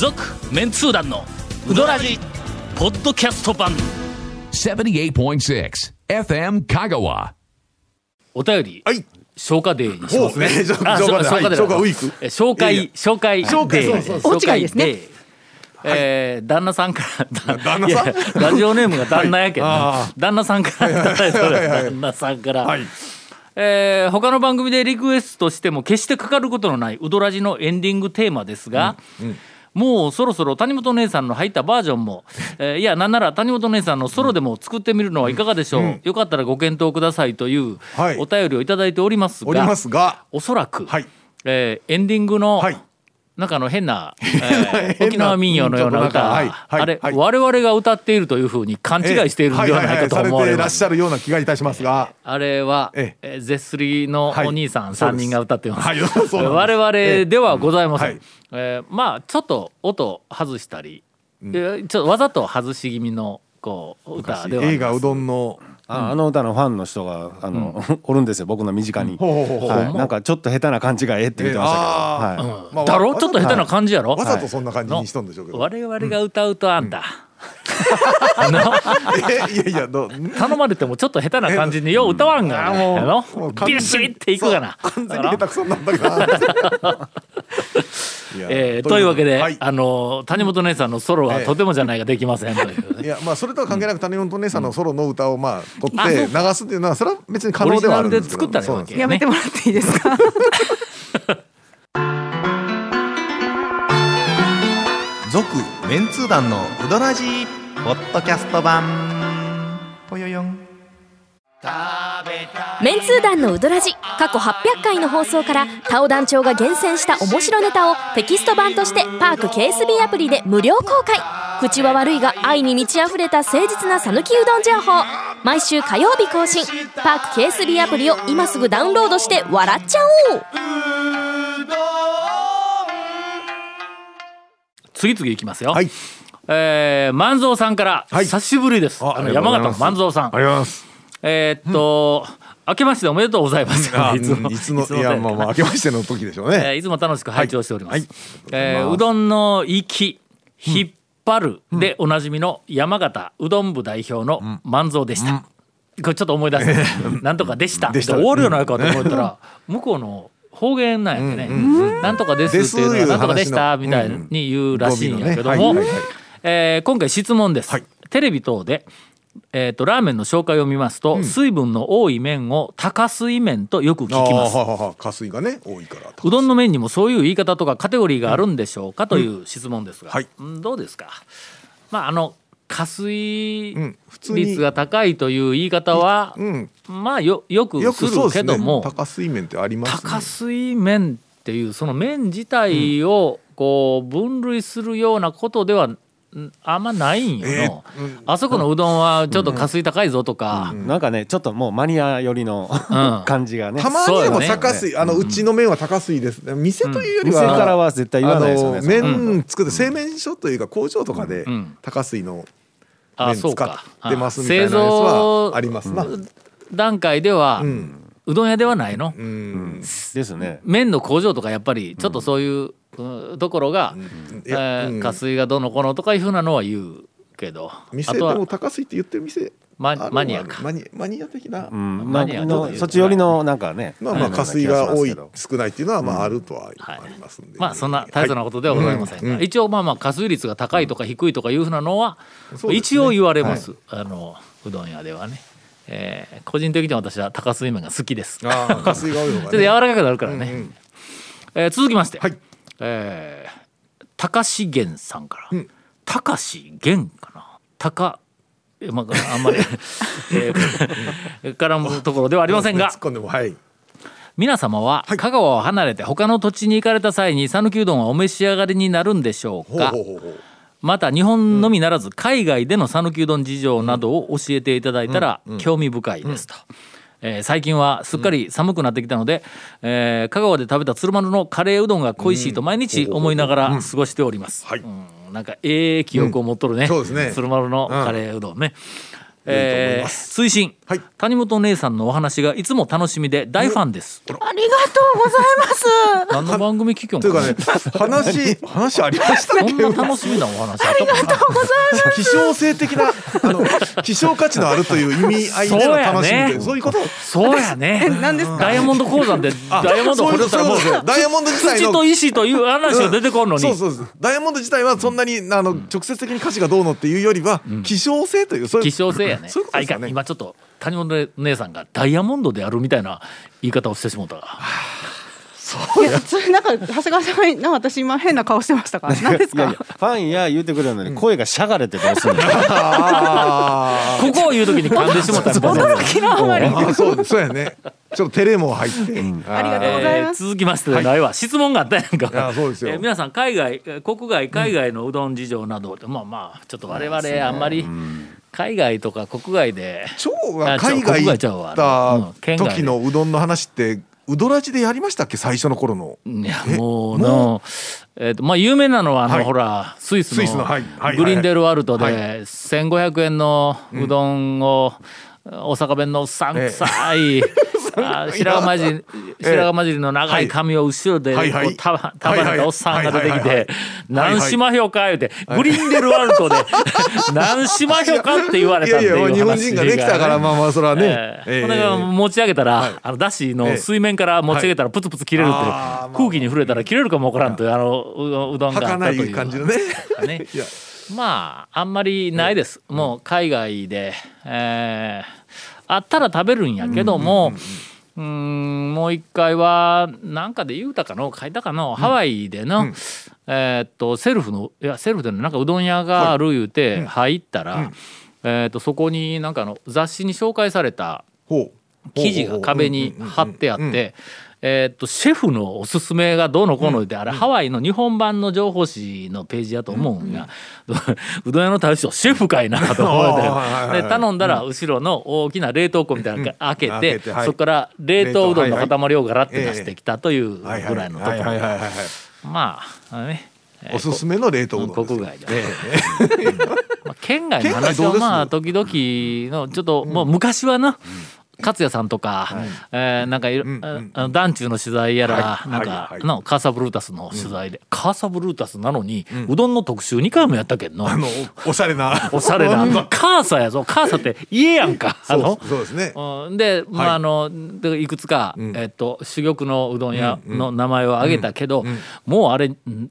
続メンツー団のウドラジポッドキャスト版 78.6 FM 香川。 お便り、 はい。 消化デーにしますね。 消化デー消化ウィーク。 紹介デー。 大違いですね。 旦那さんから旦那さんラジオネームが旦那やけど、旦那さんから旦那さんから、他の番組でリクエストしても決してかかることのないウドラジのエンディングテーマですが、もうそろそろ谷本姉さんの入ったバージョンも、いやなんなら谷本姉さんのソロでも作ってみるのはいかがでしょう、よかったらご検討くださいというお便りをいただいておりますが、おそらく、エンディングの、なんか変な、沖縄民謡のような歌、あれ、我々が歌っているというふうに勘違いしているのではないかと思われます。 されていらっしゃるような気がいたしますが、 あれは、ゼスリのお兄さん3人が歌っています。我々ではございません。まあちょっと音外したり、ちょっとわざと外し気味のこう歌ではあります。 映画うどんのあの歌のファンの人がおるんですよ、僕の身近に。なんかちょっっと下手な感じがって言ってましたけど、 だろ、ちょっと下手な感じやろ。 わざとそんな感じにしとんでしょうけど、 我々が歌うとあんた、 いやいや、 頼まれてもちょっと下手な感じによう歌わんがな、ビシッていくがな。 完全に下手くそなんだからというわけで、谷本姉さんのソロはとてもじゃないができませんという、 いや、まあそれとは関係なく谷本姉さんのソロの歌をまあ取って流すっていうのはそれは別に可能ではあるんですけど、 オリジナルで作ったらいいわけやめてもらっていいですか。 続メンツー団のウドラジポッドキャスト版ぽよよん。 メンツー団のウドラジ過去800回の放送からタオ団長が厳選した面白ネタをテキスト版としてパーク KSB アプリで無料公開。口は悪いが愛に満ち溢れた誠実な讃岐うどん情報、毎週火曜日更新。パーク KSB アプリを今すぐダウンロードして笑っちゃおう。 次々いきますよ。万蔵さんから、久しぶりです。山形の万蔵さん、 ありがとうございます。 明けましておめでとうございます。いつのいや、まあ明けましての時でしょうね。 いつも楽しく拝聴しております。うどんの息引っ張るでおなじみの山形うどん部代表の万蔵でした。これちょっと思い出してなんとかでした終わるようないかと思ったら、向こうの方言なんやってね、なんとかですっていうのはなんとかでしたみたいに言うらしいんやけども、今回質問です。テレビ等でラーメンの紹介を見ますと、水分の多い麺を高水麺とよく聞きます。 加水がね多いから。 うどんの麺にもそういう言い方とかカテゴリーがあるんでしょうか、という質問ですが、どうですか。まあ加水率が高いという言い方は、まあよくするけども、 高水麺ってありますね。 高水麺っていうその麺自体をこう分類するようなことではあんまないんよの。あそこのうどんはちょっと加水高いぞとか、 なんかねちょっともうマニア寄りの感じがね。 たまにでも高水、うちの麺は高水です。店というよりは、 店からは絶対言わないですよね。 麺作って製麺所というか工場とかで高水の麺使ってますみたいなやつはありますな。 段階ではうどん屋ではないのですね。 麺の工場とかやっぱりちょっとそういうところが加水がどのこのとかいうふうなのは言うけど、 店でも高水って言ってる店マニアか、 マニア的な、 マニアのそっち寄りのなんかね、 まあ加水が多い少ないっていうのはまああるとはありますんで、 まあそんな大層なことではございませんが、一応まあ加水率が高いとか低いとかいうふうなのは一応言われます。うどん屋ではね。個人的には私は高水麺が好きです。 加水が多い方がね、 ちょっと柔らかくなるからね。続きまして、高志源さんから、高志源かな、あんまり絡むところではありませんが、皆様は香川を離れて他の土地に行かれた際に讃岐うどんはお召し上がりになるんでしょうか。また日本のみならず海外での讃岐うどん事情などを教えていただいたら興味深いですと。最近はすっかり寒くなってきたので、香川で食べた鶴丸のカレーうどんが恋しいと毎日思いながら過ごしております。なんか記憶を持っとるね、鶴丸のカレーうどんね。 推進、 はい、 谷本姉さんのお話がいつも楽しみで大ファンです。 ありがとうございます。 何の番組聞きよんかというかね話ありましたっけ。 そんな楽しみなお話あったかな。 ありがとうございます。 希少性的な希少価値のあるという意味合いでの楽しみという、そういうこと。 そうやね。 何ですか。 ダイヤモンド鉱山でダイヤモンド掘れたらもうダイヤモンド自体の土と石という話が出てこるのに、 そうダイヤモンド自体はそんなに直接的に価値がどうのっていうよりは希少性という、そういう希少性やね。 そういうことですかね。 今ちょっと谷本姉さんがダイヤモンドであるみたいな言い方をしてしまったが。 いや、それなんか長谷川さん、なんか私今変な顔してましたか。何ですか。 いやファンや言うてくれるのに声がしゃがれてどうするの。ここを言う時に噛んでしまったみたいな。 驚きのあまり。 そうやね。ちょっと照れも入って、 ありがとうございます。 続きましてないわ、質問があったやんか。 そうですよ。 皆さん国外海外のうどん事情など、まあちょっと我々あんまり海外とか国外で海外行った時のうどんの話ってうどらじでやりましたっけ、最初の頃の。 いやもうまあ有名なのはほらスイスのグリンデルワルトで1500円のうどんを大阪弁のうさんくさい白髪混じりの長い髪を後ろで束ねたおっさんが出てきて「何しまひょか」言うてグリンデルワルトで「何しまひょか」って言われたっていう話が、 日本人ができたからまあそれはね、 これが持ち上げたらだしの水面から持ち上げたらプツプツ切れるって、空気に触れたら切れるかもわからんといううどんがあったという感じのね。 まああんまりないです。もう海外であったら食べるんやけども、もう一回は何かで言うたかの書いたかの、ハワイでの、セルフでなんかうどん屋がある言うて入ったら、そこになんか雑誌に紹介された記事が壁に貼ってあって、シェフのおすすめがどうのこうので、あれハワイの日本版の情報誌のページやと思うんが、うどん屋の大将シェフかいなと思ってで頼んだら後ろの大きな冷凍庫みたいなの開けて、そこから冷凍うどんの塊をガラッて出してきたというぐらいのところ。まあね、 おすすめの冷凍うどん国外で県外の話はまあ時々のちょっともう昔はな勝也さんとか、なんか団中の取材やら、なんかのカーサブルータスの取材で、カーサブルータスなのにうどんの特集2回もやったけんの。 おしゃれなカーサやぞ。カーサって家やんか。 そうですね。 でまあいくつか珠玉のうどん屋の名前を挙げたけど、もうあれ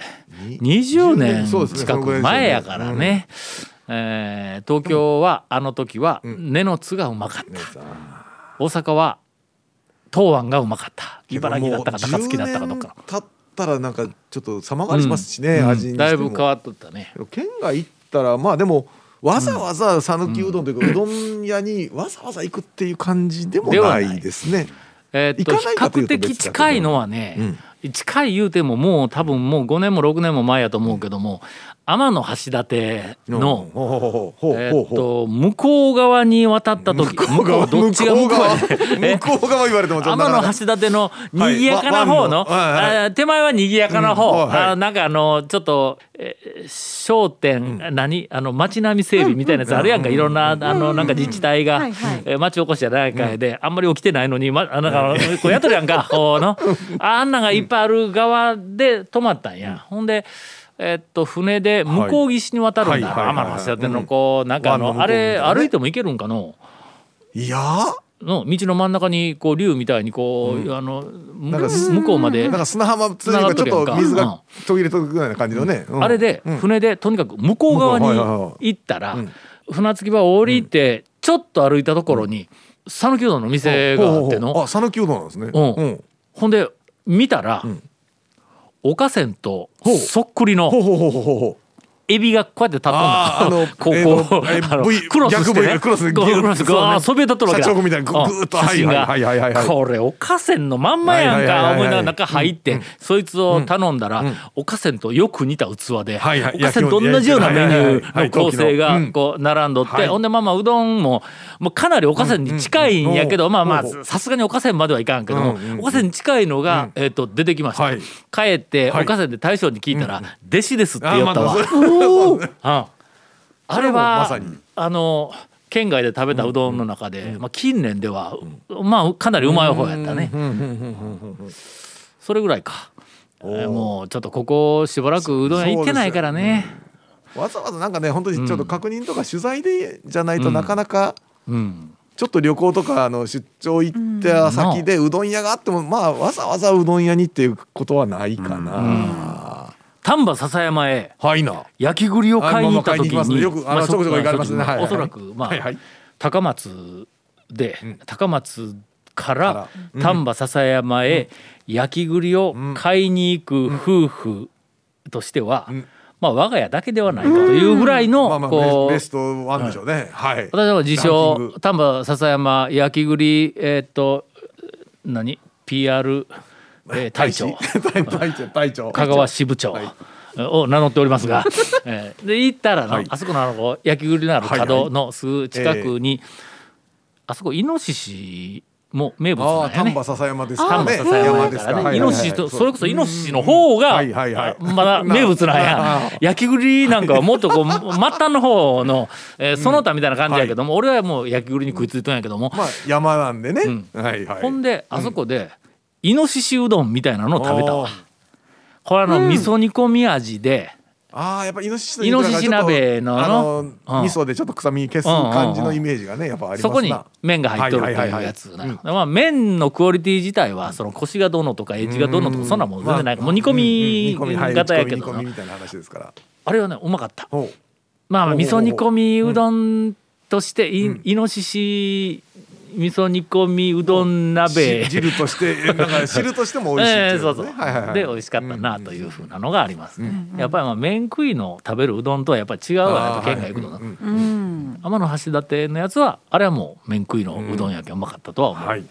20年近く前やからね。東京はあの時は根の津がうまかった。大阪は東庵がうまかった。茨城だったか高槻だったかどっか。 経ったらなんかちょっと様変わりしますしね、味にしてもだいぶ変わっとったね。 県外行ったらまあでもわざわざ讃岐うどんというか、うどん屋にわざわざ行くっていう感じでもないですね。 比較的近いのはね、近い言うてももう多分もう5年も6年も前やと思うけども、天橋立の向こう側に渡った時、どっちが向こうや向こう側言われても天橋立のにぎやかな方の手前はにぎやかな方、なんかちょっと商店町並み整備みたいなやつあるやんか。いろんななんか自治体が町おこしやないかいであんまり起きてないのになんかこうやっとるやんか。あんなんがいっぱいある側で泊まったんや。ほんで船で向こう岸に渡るんだ。天橋立のこうなんかあれ歩いても行けるんかの。 いやの道の真ん中にこう竜みたいにこう向こうまでなんか砂浜つながっちょっと水が途切れとくぐらいな感じのね。 あれで船でとにかく向こう側に行ったら船着き場を降りてちょっと歩いたところに讃岐うどんの店があっての。 讃岐うどんなんですね。 ほんで見たらおかせんとそっくりのエビがこうやって立ったの。クロスしてね、クロスがそびえ立っとるわけだ。 社長みたいにグーッと写真がこれおかせんのまんまやんか思いながら中入ってそいつを頼んだらおかせんとよく似た器でおかせんと同じようなメニューの構成がこう並んどって、ほんでまあうどんもかなりおかせんに近いんやけど、まあさすがにおかせんまではいかんけどもおかせんに近いのが出てきました。帰っておかせんで大将に聞いたら弟子ですって言ったわ。あれは県外で食べたうどんの中で、近年では、かなりうまい方やったね。それぐらいか。もうちょっとここしばらくうどん屋行ってないからね。 わざわざなんかね本当にちょっと確認とか取材でじゃないとなかなか、ちょっと旅行とか出張行った先でうどん屋があってもわざわざうどん屋にっていうことはないかな。 丹波篠山へな焼き栗を買いに行った時に、 よくちょこちょこ行かれますね。 おそらく高松で、高松から丹波篠山へ焼き栗を買いに行く夫婦としては、我が家だけではないかというぐらいのベストワンでしょうね。 私は自称丹波篠山焼き栗PR隊長香川支部長を名乗っておりますが、で行ったらあそこの焼き栗のある角のすぐ近くに、あそこイノシシも名物なんやね。 丹波篠山ですからね。 丹波篠山やからね。イノシシとそれこそイノシシの方がまだ名物なんや。焼き栗なんかはもっとこう末端の方のその他みたいな感じやけども、俺はもう焼き栗に食いついとんやけども、 山なんでね。 ほんであそこでイノシシうどんみたいなのを食べたわ。これ味噌煮込み味で、 やっぱイノシシ鍋の味噌でちょっと臭み消す感じのイメージがねやっぱありますな。 そこに麺が入っとるというやつな。麺のクオリティ自体はそのコシがどうのとかエッジがどうのとかそんなもん全然ない。もう煮込み型やけどな。あれはねうまかった。味噌煮込みうどんとしてイノシシ味噌煮込みうどん鍋汁としてなんか汁としても美味しいっていうね。 で美味しかったなというふうなのがありますね。やっぱり麺食いの食べるうどんとはやっぱり違うわ。県外行くのな。天橋立のやつはあれはもう麺食いのうどんやけんうまかったとは思う。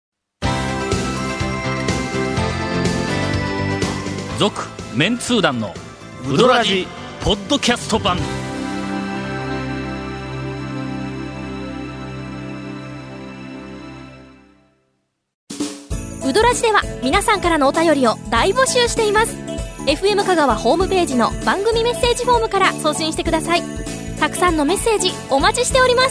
続メンツー団のうどらじポッドキャスト版。 うどらじでは皆さんからのお便りを大募集しています。 FM 香川ホームページの番組メッセージフォームから送信してください。たくさんのメッセージお待ちしております。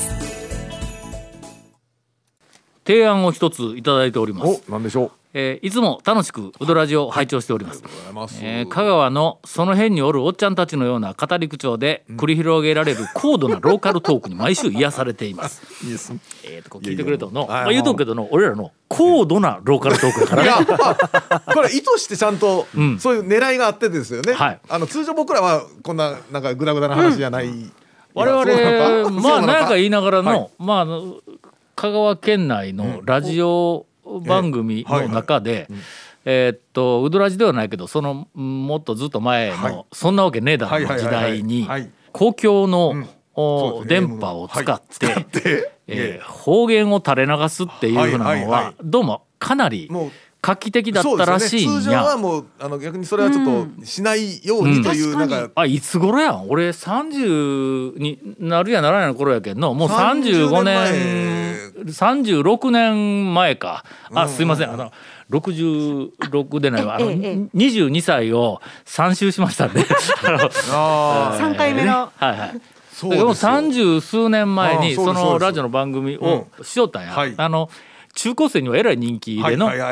提案を一ついただいております。 何でしょう。 いつも楽しくうどらじを拝聴しております。香川のその辺におるおっちゃんたちのような語り口調で繰り広げられる高度なローカルトークに毎週癒されています。聞いてくれとの言うとくけどの俺らの高度なローカルトークだからね。 これ意図してちゃんとそういう狙いがあってですよね。通常僕らはこんななんかグダグダな話じゃない。 我々なんか言いながらの香川県内のラジオ番組の中でうどらじではないけどそのもっとずっと前のそんなわけねえだろの時代に公共の電波を使って方言を垂れ流すっていうのはどうもかなり画期的だったらしいんや。 通常はもう逆にそれはちょっとしないようにというなんかいつ頃やん俺30になるやならないの頃やけんのもう35年36年前か。すいません66でないわ22歳を3周しましたんで 3回目のでも30数年前にそのラジオの番組をしよったんや。中高生にはえらい人気での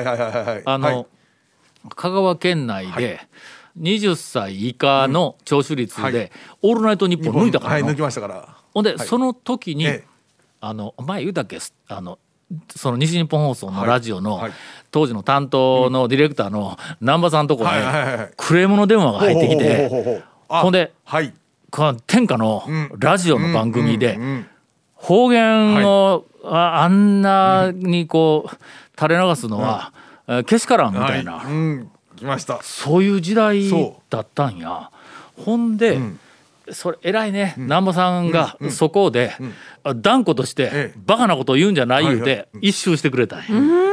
香川県内で20歳以下の聴取率でオールナイトニッポン抜いたから抜きましたから。 ほんでその時に前言うたっけその西日本放送のラジオの当時の担当のディレクターの南波さんのとこにクレームの電話が入ってきてほんで天下のラジオの番組で方言をあんなにこう垂れ流すのはけしからんみたいなそういう時代だったんや。ほんでそれ偉いね南波さんがそこで断固としてバカなことを言うんじゃない言うて一周してくれたん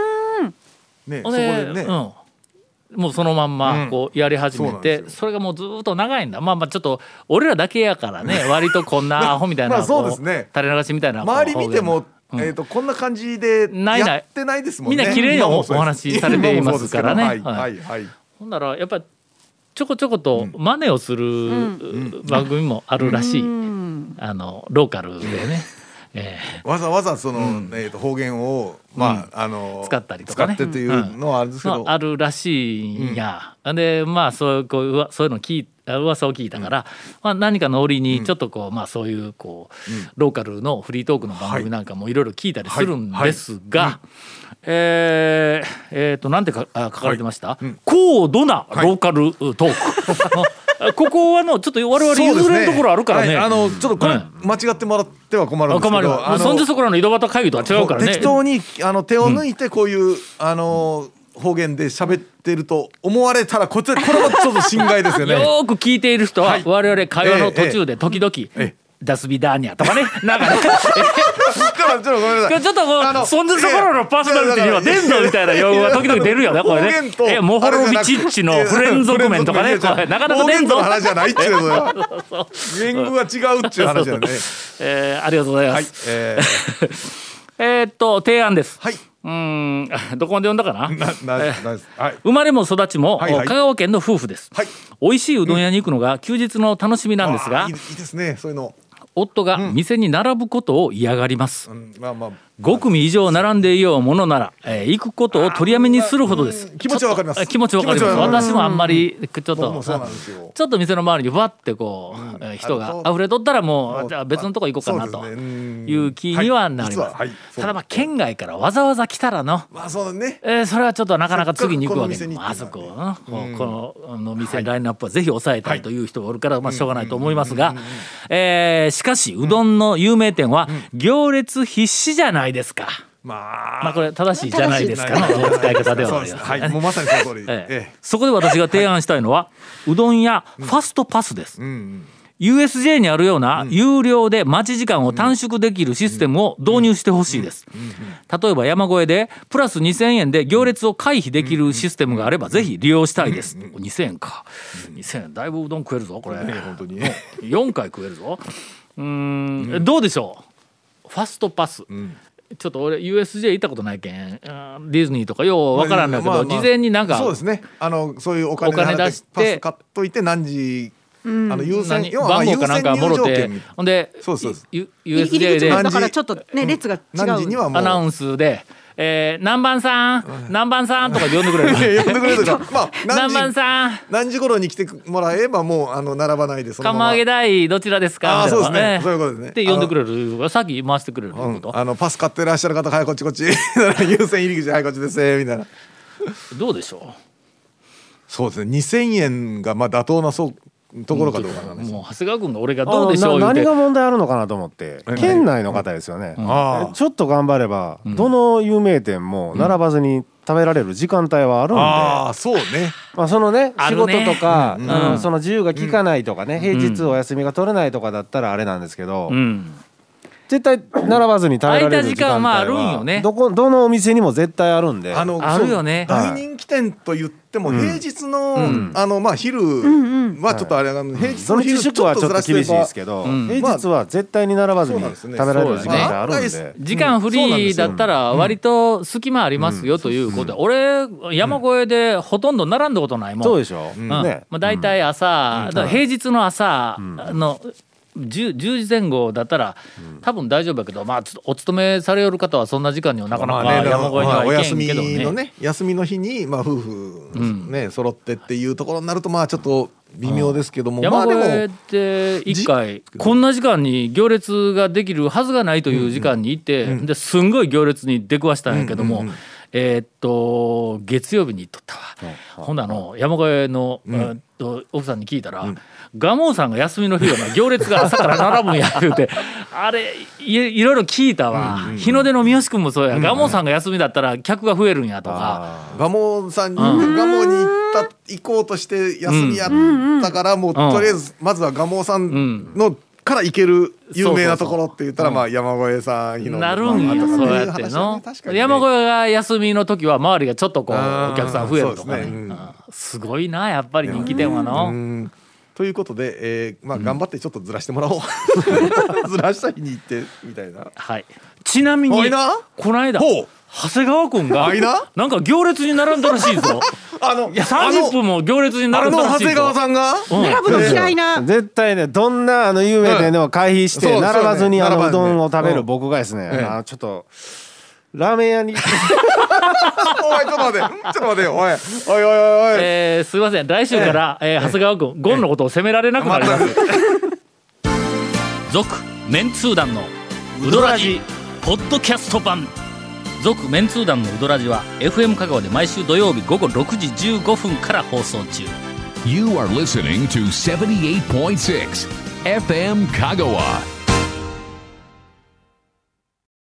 や。もうそのまんまこうやり始めてそれがもうずっと長いんだ。ちょっと俺らだけやからね割とこんなアホみたいな垂れ流しみたいな周り見てもこんな感じでやってないですもんね。 みんな綺麗にお話しされていますからね。ほんならやっぱりちょこちょこと真似をする番組もあるらしい。ローカルでねわざわざその、方言を使ったりとかね使ってというのはあるんですけど、 あるらしいんや。でそういうの噂を聞いたから、何かの折にちょっとそういうローカルのフリートークの番組なんかもいろいろ聞いたりするんですが、なんて書かれてました、高度なローカルトーク、ここはちょっと我々譲れるところあるからね。 ちょっとこれ間違ってもらっては困るんですけど、 そんじそこらの井戸端会議とは違うからね。 適当に手を抜いてこういう方言で喋ってると思われたらこれはちょっと心外ですよね。 よーく聞いている人は我々会話の途中で時々ダスビダーニャとかね、なんかねちょっとそんじそこらのパーソナリティには出んぞみたいな用語が時々出るよね、これね。モホロビチッチのフレン族面とかね、なかなか出んぞ。 方言の話じゃないっちゅうの言語が違うっちゅう話だよね。 ありがとうございます。提案です。 はい。 どこまで読んだかな。生まれも育ちも香川県の夫婦です。美味しいうどん屋に行くのが休日の楽しみなんですが、 いいですね、そういうの。 夫が店に並ぶことを嫌がります。5組以上並んでいようものなら、行くことを取りやめにするほどです。 気持ちはわかります。 気持ちわかります。私もあんまりちょっと店の周りにわって人が溢れとったらもうじゃあ別のとこ行こうかなという気にはなります。ただ県外からわざわざ来たらの、それはちょっとなかなか次に行くわけで、あそここの店ラインナップはぜひ抑えたいという人がおるからしょうがないと思いますが、しかしうどんの有名店は行列必至じゃないですか。これ正しいじゃないですかの使い方ではありますね。 もうまさにその通り。 そこで私が提案したいのはうどん屋ファストパスです。USJ にあるような有料で待ち時間を短縮できるシステムを導入してほしいです。例えば山越えでプラス2000円で行列を回避できるシステムがあればぜひ利用したいです。2000円か。2000円だいぶうどん食えるぞこれ。 本当に 4回食えるぞ。どうでしょうファストパス。ちょっと俺 USJ 行ったことないけんディズニーとかようわからんだけど、事前になんかそうですね、そういうお金出してパス買っといて何時優先番号かなんかもろて、ほんで USJ でだからちょっとね列が違う何時にはもうアナウンスで何番さん何番さんとか呼んでくれる呼んでくれるとか何番さん何時頃に来てもらえばもう並ばないでそのまま釜揚げ台どちらですかみたいな。 そうですね、そういうことですね。 で呼んでくれるさっき回してくれることパス買ってらっしゃる方はいこっち優先入り口はいこっちですみたいな。 どうでしょう。 そうですね、2000円が妥当なところかどうかなんです。 もう長谷川君が俺がどうでしょう言うて何が問題あるのかなと思って、県内の方ですよね。ちょっと頑張ればどの有名店も並ばずに食べられる時間帯はあるんで、 そうね、 そのね仕事とかその自由が利かないとかね、平日お休みが取れないとかだったらあれなんですけど、絶対並ばずに食べられる時間帯はどのお店にも絶対あるんで、 あるよね。 大人気店と言っても平日の昼はちょっとあれ平日の昼ちょっとずらして厳しいですけど、平日は絶対に並ばずに食べられる時間帯あるんで、 時間フリーだったら割と隙間ありますよということで、俺山越えでほとんど並んだことないもん。 そうでしょ。 だいたい朝平日の朝の10時前後だったら多分大丈夫だけど、お勤めされる方はそんな時間にはなかなか山越えには行けんけどね。 休みの日に夫婦ね揃ってっていうところになるとちょっと微妙ですけども、 山越えで一回こんな時間に行列ができるはずがないという時間に行ってですんごい行列に出くわしたんやけども、月曜日に行っとったわ。ほんで山越えの奥さんに聞いたら、蒲生さんが休みの日は行列が朝から並ぶんや言うてあれいろいろ聞いたわ。日の出の三好君もそうや、蒲生さんが休みだったら客が増えるんやとか。 蒲生さんに蒲生に行こうとして休みやったからもうとりあえずまずは蒲生さんのから行ける有名なところって言ったら山越えさん日の出なるんや。そうやっての山越えが休みの時は周りがちょっとお客さん増えるとかね。すごいなやっぱり人気店はの。 ということで、頑張ってちょっとずらしてもらおうずらした日に行ってみたいな。 ちなみにこの間長谷川君がなんか行列に並んだらしいぞいや30分も行列に並ぶらしい長谷川さんが並ぶの嫌いな。 絶対ねどんな有名店でも回避して並ばずにうどんを食べる僕がですね、ちょっとラーメン屋においちょっと待てよおいすいません来週から長谷川君ゴンのことを責められなくなります。続メンツー団のウドラジポッドキャスト版。続メンツー団のウドラジは FM 香川で毎週土曜日午後6時15分から放送中。 You are listening to 78.6 FM 香川。